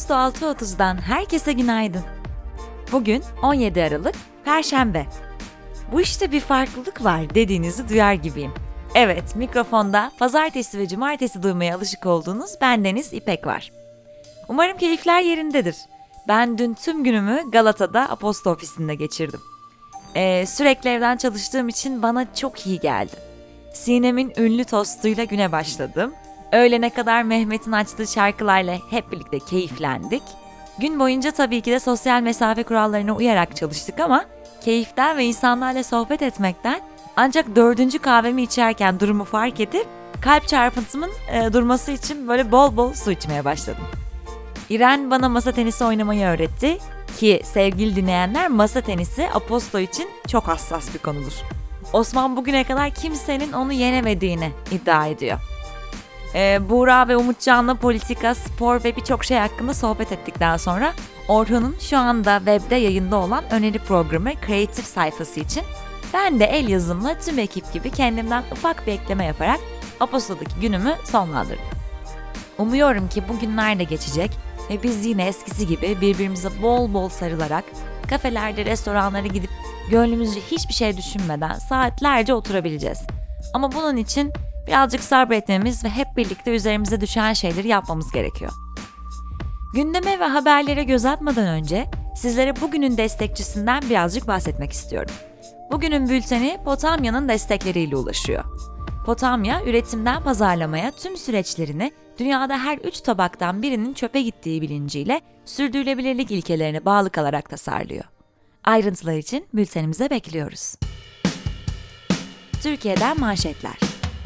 Aposto 6.30'dan herkese günaydın. Bugün 17 Aralık, Perşembe. Bu işte bir farklılık var dediğinizi duyar gibiyim. Evet, mikrofonda pazartesi ve cumartesi duymaya alışık olduğunuz bendeniz İpek var. Umarım keyifler yerindedir. Ben dün tüm günümü Galata'da Aposto ofisinde geçirdim. Sürekli evden çalıştığım için bana çok iyi geldi. Sinem'in ünlü tostuyla güne başladım. Öğlene kadar Mehmet'in açtığı şarkılarla hep birlikte keyiflendik. Gün boyunca tabii ki de sosyal mesafe kurallarına uyarak çalıştık ama keyiften ve insanlarla sohbet etmekten ancak 4. kahvemi içerken durumu fark edip kalp çarpıntımın durması için böyle bol bol su içmeye başladım. İren bana masa tenisi oynamayı öğretti ki sevgili dinleyenler masa tenisi Aposto için çok hassas bir konudur. Osman bugüne kadar kimsenin onu yenemediğini iddia ediyor. Buğra ve Umutcan'la politika, spor ve birçok şey hakkında sohbet ettikten sonra Orhun'un şu anda webde yayında olan öneri programı Creative sayfası için ben de el yazımla tüm ekip gibi kendimden ufak bir ekleme yaparak Aposto'daki günümü sonlandırdım. Umuyorum ki bu günler de geçecek ve biz yine eskisi gibi birbirimize bol bol sarılarak kafelerde, restoranlara gidip gönlümüzce hiçbir şey düşünmeden saatlerce oturabileceğiz. Ama bunun için birazcık sabretmemiz ve hep birlikte üzerimize düşen şeyleri yapmamız gerekiyor. Gündeme ve haberlere göz atmadan önce sizlere bugünün destekçisinden birazcık bahsetmek istiyorum. Bugünün bülteni Potamya'nın destekleriyle ulaşıyor. Potamya, üretimden pazarlamaya tüm süreçlerini dünyada her 3 tabaktan birinin çöpe gittiği bilinciyle sürdürülebilirlik ilkelerine bağlı kalarak tasarlıyor. Ayrıntılar için bültenimize bekliyoruz. Türkiye'den manşetler.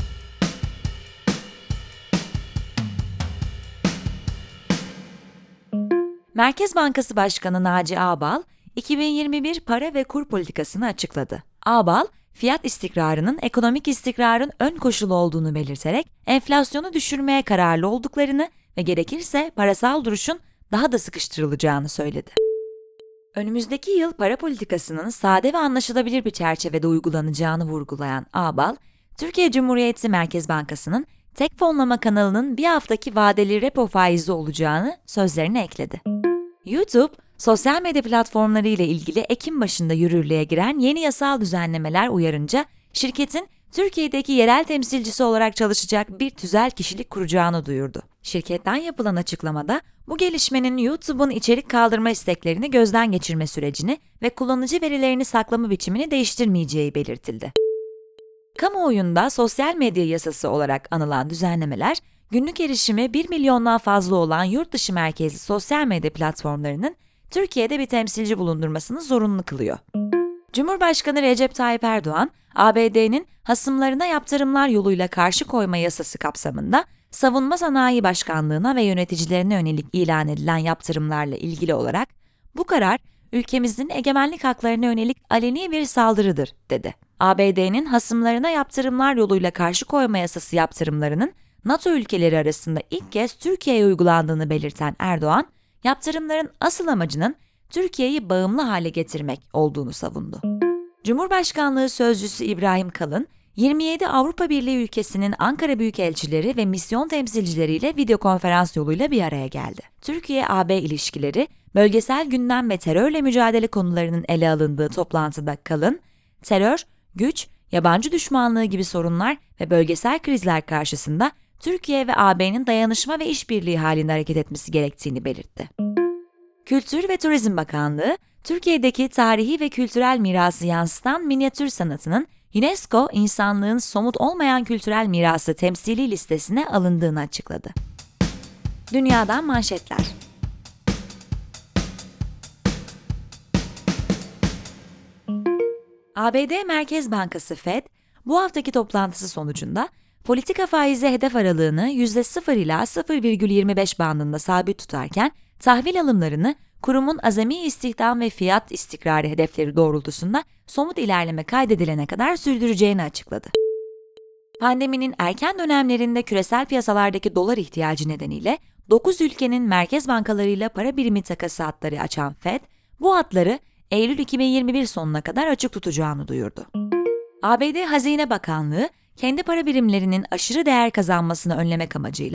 Merkez Bankası Başkanı Naci Ağbal, 2021 para ve kur politikasını açıkladı. Ağbal, fiyat istikrarının ekonomik istikrarın ön koşulu olduğunu belirterek enflasyonu düşürmeye kararlı olduklarını ve gerekirse parasal duruşun daha da sıkıştırılacağını söyledi. Önümüzdeki yıl para politikasının sade ve anlaşılabilir bir çerçevede uygulanacağını vurgulayan Ağbal, Türkiye Cumhuriyeti Merkez Bankası'nın tek fonlama kanalının bir haftaki vadeli repo faizi olacağını sözlerine ekledi. YouTube, sosyal medya platformları ile ilgili Ekim başında yürürlüğe giren yeni yasal düzenlemeler uyarınca şirketin Türkiye'deki yerel temsilcisi olarak çalışacak bir tüzel kişilik kuracağını duyurdu. Şirketten yapılan açıklamada bu gelişmenin YouTube'un içerik kaldırma isteklerini gözden geçirme sürecini ve kullanıcı verilerini saklama biçimini değiştirmeyeceği belirtildi. Kamuoyunda sosyal medya yasası olarak anılan düzenlemeler, günlük erişimi 1 milyondan fazla olan yurt dışı merkezli sosyal medya platformlarının Türkiye'de bir temsilci bulundurmasını zorunlu kılıyor. Cumhurbaşkanı Recep Tayyip Erdoğan, ABD'nin hasımlarına yaptırımlar yoluyla karşı koyma yasası kapsamında Savunma Sanayi Başkanlığı'na ve yöneticilerine yönelik ilan edilen yaptırımlarla ilgili olarak bu karar ülkemizin egemenlik haklarına yönelik aleni bir saldırıdır, dedi. ABD'nin hasımlarına yaptırımlar yoluyla karşı koyma yasası yaptırımlarının NATO ülkeleri arasında ilk kez Türkiye'ye uygulandığını belirten Erdoğan, yaptırımların asıl amacının Türkiye'yi bağımlı hale getirmek olduğunu savundu. Cumhurbaşkanlığı Sözcüsü İbrahim Kalın, 27 Avrupa Birliği ülkesinin Ankara Büyükelçileri ve misyon temsilcileriyle video konferans yoluyla bir araya geldi. Türkiye-AB ilişkileri, bölgesel gündem ve terörle mücadele konularının ele alındığı toplantıda Kalın, terör, güç, yabancı düşmanlığı gibi sorunlar ve bölgesel krizler karşısında Türkiye ve AB'nin dayanışma ve işbirliği halinde hareket etmesi gerektiğini belirtti. Kültür ve Turizm Bakanlığı, Türkiye'deki tarihi ve kültürel mirası yansıtan minyatür sanatının UNESCO insanlığın somut olmayan kültürel mirası temsili listesine alındığını açıkladı. Dünyadan manşetler. ABD Merkez Bankası Fed, bu haftaki toplantısı sonucunda politika faizi hedef aralığını %0 ila 0,25 bandında sabit tutarken tahvil alımlarını kurumun azami istihdam ve fiyat istikrarı hedefleri doğrultusunda somut ilerleme kaydedilene kadar sürdüreceğini açıkladı. Pandeminin erken dönemlerinde küresel piyasalardaki dolar ihtiyacı nedeniyle 9 ülkenin merkez bankalarıyla para birimi takası hatları açan Fed, bu hatları Eylül 2021 sonuna kadar açık tutacağını duyurdu. ABD Hazine Bakanlığı, kendi para birimlerinin aşırı değer kazanmasını önlemek amacıyla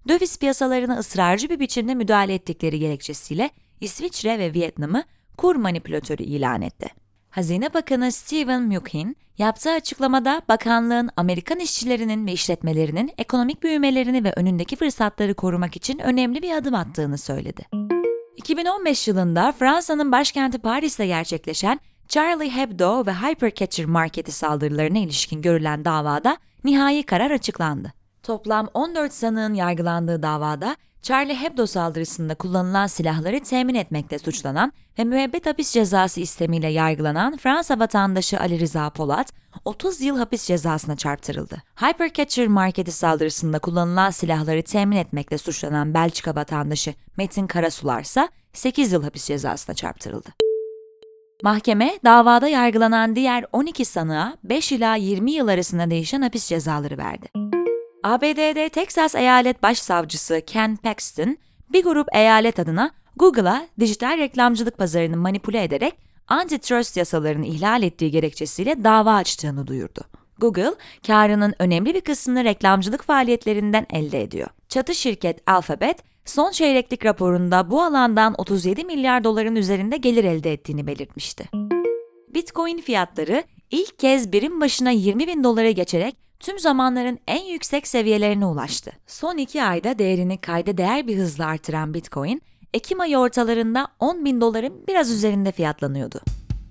döviz piyasalarına ısrarcı bir biçimde müdahale ettikleri gerekçesiyle İsviçre ve Vietnam'ı kur manipülatörü ilan etti. Hazine Bakanı Steven Mnuchin yaptığı açıklamada bakanlığın Amerikan işçilerinin ve işletmelerinin ekonomik büyümelerini ve önündeki fırsatları korumak için önemli bir adım attığını söyledi. 2015 yılında Fransa'nın başkenti Paris'te gerçekleşen Charlie Hebdo ve Hypercatcher marketi saldırılarına ilişkin görülen davada nihai karar açıklandı. Toplam 14 sanığın yargılandığı davada Charlie Hebdo saldırısında kullanılan silahları temin etmekle suçlanan ve müebbet hapis cezası istemiyle yargılanan Fransa vatandaşı Ali Rıza Polat, 30 yıl hapis cezasına çarptırıldı. Hypercatcher marketi saldırısında kullanılan silahları temin etmekle suçlanan Belçika vatandaşı Metin Karasular ise 8 yıl hapis cezasına çarptırıldı. Mahkeme, davada yargılanan diğer 12 sanığa 5 ila 20 yıl arasında değişen hapis cezaları verdi. ABD'de Texas Eyalet Başsavcısı Ken Paxton, bir grup eyalet adına Google'a dijital reklamcılık pazarını manipüle ederek antitrust yasalarını ihlal ettiği gerekçesiyle dava açtığını duyurdu. Google, karının önemli bir kısmını reklamcılık faaliyetlerinden elde ediyor. Çatı şirket Alphabet, son çeyreklik raporunda bu alandan 37 milyar doların üzerinde gelir elde ettiğini belirtmişti. Bitcoin fiyatları ilk kez birim başına 20 bin dolara geçerek tüm zamanların en yüksek seviyelerine ulaştı. Son 2 ayda değerini kayda değer bir hızla artıran Bitcoin, Ekim ayı ortalarında 10 bin doların biraz üzerinde fiyatlanıyordu.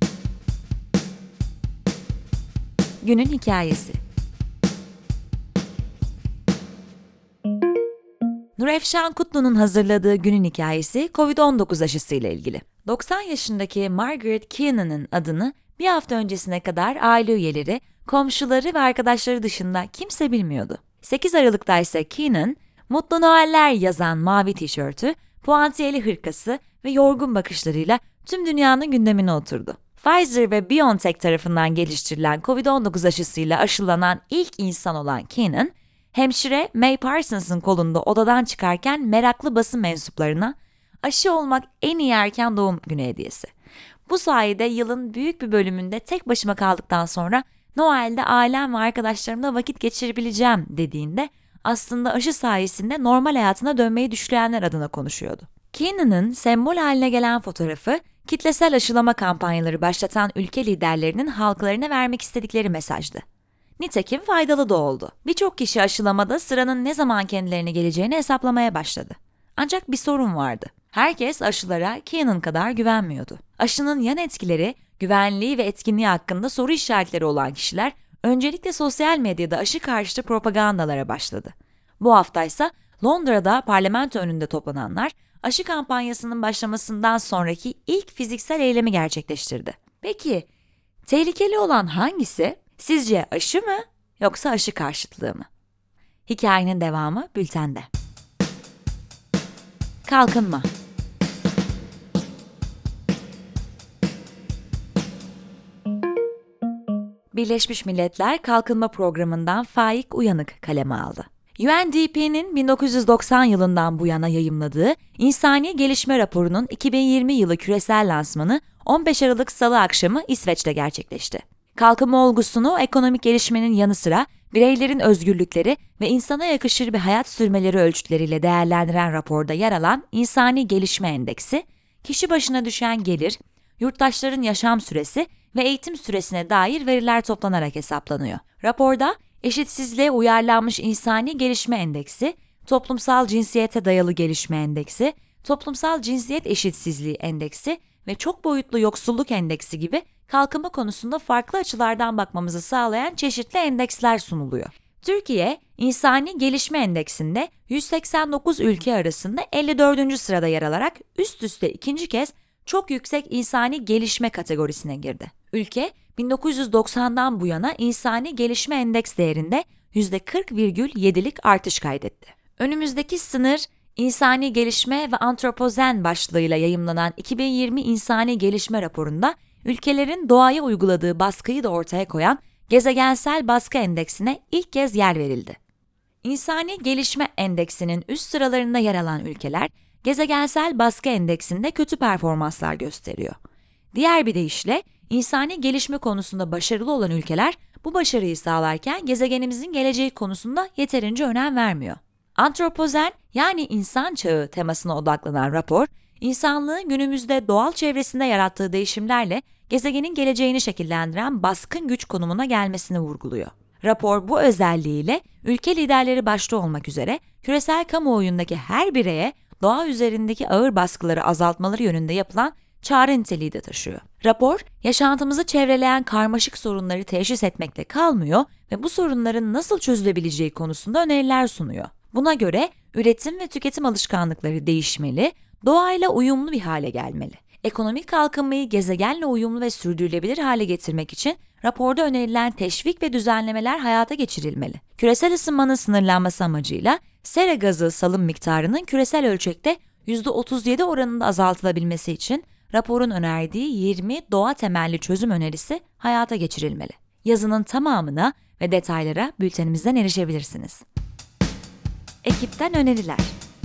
Günün hikayesi. Nurefşan Kutlu'nun hazırladığı günün hikayesi COVID-19 aşısıyla ilgili. 90 yaşındaki Margaret Keenan'ın adını bir hafta öncesine kadar aile üyeleri, komşuları ve arkadaşları dışında kimse bilmiyordu. 8 Aralık'ta ise Keenan, "Mutlu Noeller" yazan mavi tişörtü, puantiyeli hırkası ve yorgun bakışlarıyla tüm dünyanın gündemine oturdu. Pfizer ve BioNTech tarafından geliştirilen COVID-19 aşısıyla aşılanan ilk insan olan Keenan, hemşire May Parsons'ın kolunda odadan çıkarken meraklı basın mensuplarına "Aşı olmak en iyi erken doğum günü hediyesi. Bu sayede yılın büyük bir bölümünde tek başıma kaldıktan sonra Noel'de ailem ve arkadaşlarımla vakit geçirebileceğim" dediğinde aslında aşı sayesinde normal hayatına dönmeyi düşleyenler adına konuşuyordu. Keenan'ın sembol haline gelen fotoğrafı, kitlesel aşılama kampanyaları başlatan ülke liderlerinin halklarına vermek istedikleri mesajdı. Nitekim faydalı da oldu. Birçok kişi aşılamada sıranın ne zaman kendilerine geleceğini hesaplamaya başladı. Ancak bir sorun vardı. Herkes aşılara Keenan kadar güvenmiyordu. Aşının yan etkileri, güvenliği ve etkinliği hakkında soru işaretleri olan kişiler öncelikle sosyal medyada aşı karşıtı propagandalara başladı. Bu haftaysa Londra'da parlamento önünde toplananlar aşı kampanyasının başlamasından sonraki ilk fiziksel eylemi gerçekleştirdi. Peki, tehlikeli olan hangisi? Sizce aşı mı yoksa aşı karşıtlığı mı? Hikayenin devamı bültende. Kalkınma. Birleşmiş Milletler Kalkınma Programı'ndan Faik Uyanık kaleme aldı. UNDP'nin 1990 yılından bu yana yayımladığı İnsani Gelişme Raporu'nun 2020 yılı küresel lansmanı 15 Aralık Salı akşamı İsveç'te gerçekleşti. Kalkınma olgusunu ekonomik gelişmenin yanı sıra bireylerin özgürlükleri ve insana yakışır bir hayat sürmeleri ölçütleriyle değerlendiren raporda yer alan İnsani Gelişme Endeksi, kişi başına düşen gelir, yurttaşların yaşam süresi ve eğitim süresine dair veriler toplanarak hesaplanıyor. Raporda eşitsizliğe uyarlanmış İnsani Gelişme Endeksi, toplumsal cinsiyete dayalı gelişme endeksi, toplumsal cinsiyet eşitsizliği endeksi ve çok boyutlu yoksulluk endeksi gibi kalkınma konusunda farklı açılardan bakmamızı sağlayan çeşitli endeksler sunuluyor. Türkiye, İnsani Gelişme Endeksinde 189 ülke arasında 54. sırada yer alarak üst üste ikinci kez çok yüksek insani gelişme kategorisine girdi. Ülke, 1990'dan bu yana İnsani Gelişme Endeks değerinde %40,7'lik artış kaydetti. Önümüzdeki sınır, İnsani Gelişme ve Antropozen başlığıyla yayımlanan 2020 İnsani Gelişme Raporu'nda ülkelerin doğaya uyguladığı baskıyı da ortaya koyan Gezegensel Baskı Endeksine ilk kez yer verildi. İnsani Gelişme Endeksinin üst sıralarında yer alan ülkeler, Gezegensel Baskı Endeksinde kötü performanslar gösteriyor. Diğer bir deyişle, insani gelişme konusunda başarılı olan ülkeler bu başarıyı sağlarken gezegenimizin geleceği konusunda yeterince önem vermiyor. Antropozen yani insan çağı temasına odaklanan rapor, insanlığın günümüzde doğal çevresinde yarattığı değişimlerle gezegenin geleceğini şekillendiren baskın güç konumuna gelmesini vurguluyor. Rapor bu özelliğiyle ülke liderleri başta olmak üzere küresel kamuoyundaki her bireye doğa üzerindeki ağır baskıları azaltmaları yönünde yapılan çağrı niteliği de taşıyor. Rapor, yaşantımızı çevreleyen karmaşık sorunları teşhis etmekle kalmıyor ve bu sorunların nasıl çözülebileceği konusunda öneriler sunuyor. Buna göre üretim ve tüketim alışkanlıkları değişmeli, doğayla uyumlu bir hale gelmeli. Ekonomik kalkınmayı gezegenle uyumlu ve sürdürülebilir hale getirmek için raporda önerilen teşvik ve düzenlemeler hayata geçirilmeli. Küresel ısınmanın sınırlanması amacıyla sera gazı salım miktarının küresel ölçekte %37 oranında azaltılabilmesi için raporun önerdiği 20 doğa temelli çözüm önerisi hayata geçirilmeli. Yazının tamamına ve detaylara bültenimizden erişebilirsiniz. Ekipten öneriler.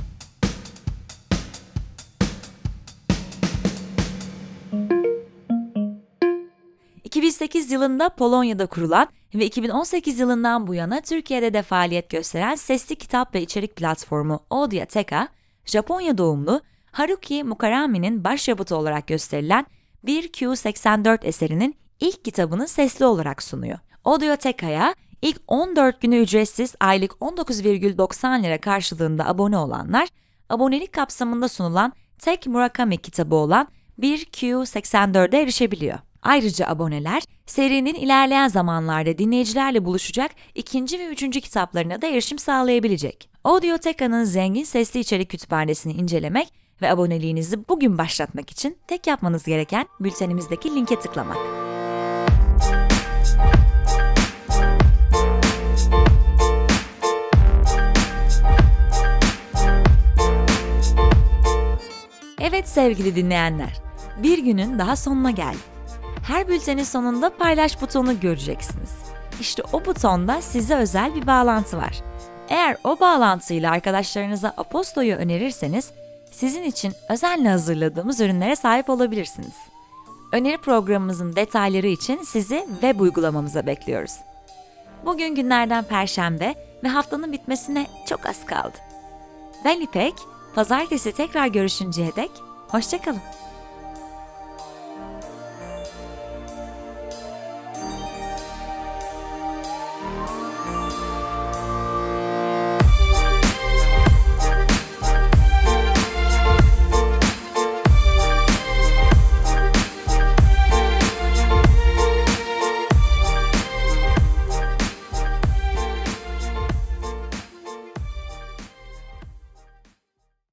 ...2008 yılında Polonya'da kurulan ve 2018 yılından bu yana Türkiye'de de faaliyet gösteren sesli kitap ve içerik platformu Audioteka, Japonya doğumlu Haruki Murakami'nin başyapıtı olarak gösterilen 1Q84 eserinin ilk kitabını sesli olarak sunuyor. Audioteka'ya ilk 14 günü ücretsiz aylık 19,90 lira karşılığında abone olanlar, abonelik kapsamında sunulan tek Murakami kitabı olan 1Q84'e erişebiliyor. Ayrıca aboneler, serinin ilerleyen zamanlarda dinleyicilerle buluşacak ikinci ve üçüncü kitaplarına da erişim sağlayabilecek. Audioteka'nın zengin sesli içerik kütüphanesini incelemek ve aboneliğinizi bugün başlatmak için tek yapmanız gereken bültenimizdeki linke tıklamak. Evet sevgili dinleyenler, bir günün daha sonuna geldik. Her bültenin sonunda paylaş butonunu göreceksiniz. İşte o butonda size özel bir bağlantı var. Eğer o bağlantıyla arkadaşlarınıza Aposto'yu önerirseniz, sizin için özenle hazırladığımız ürünlere sahip olabilirsiniz. Öneri programımızın detayları için sizi web uygulamamıza bekliyoruz. Bugün günlerden Perşembe ve haftanın bitmesine çok az kaldı. Ben İpek, pazartesi tekrar görüşünceye dek hoşça kalın.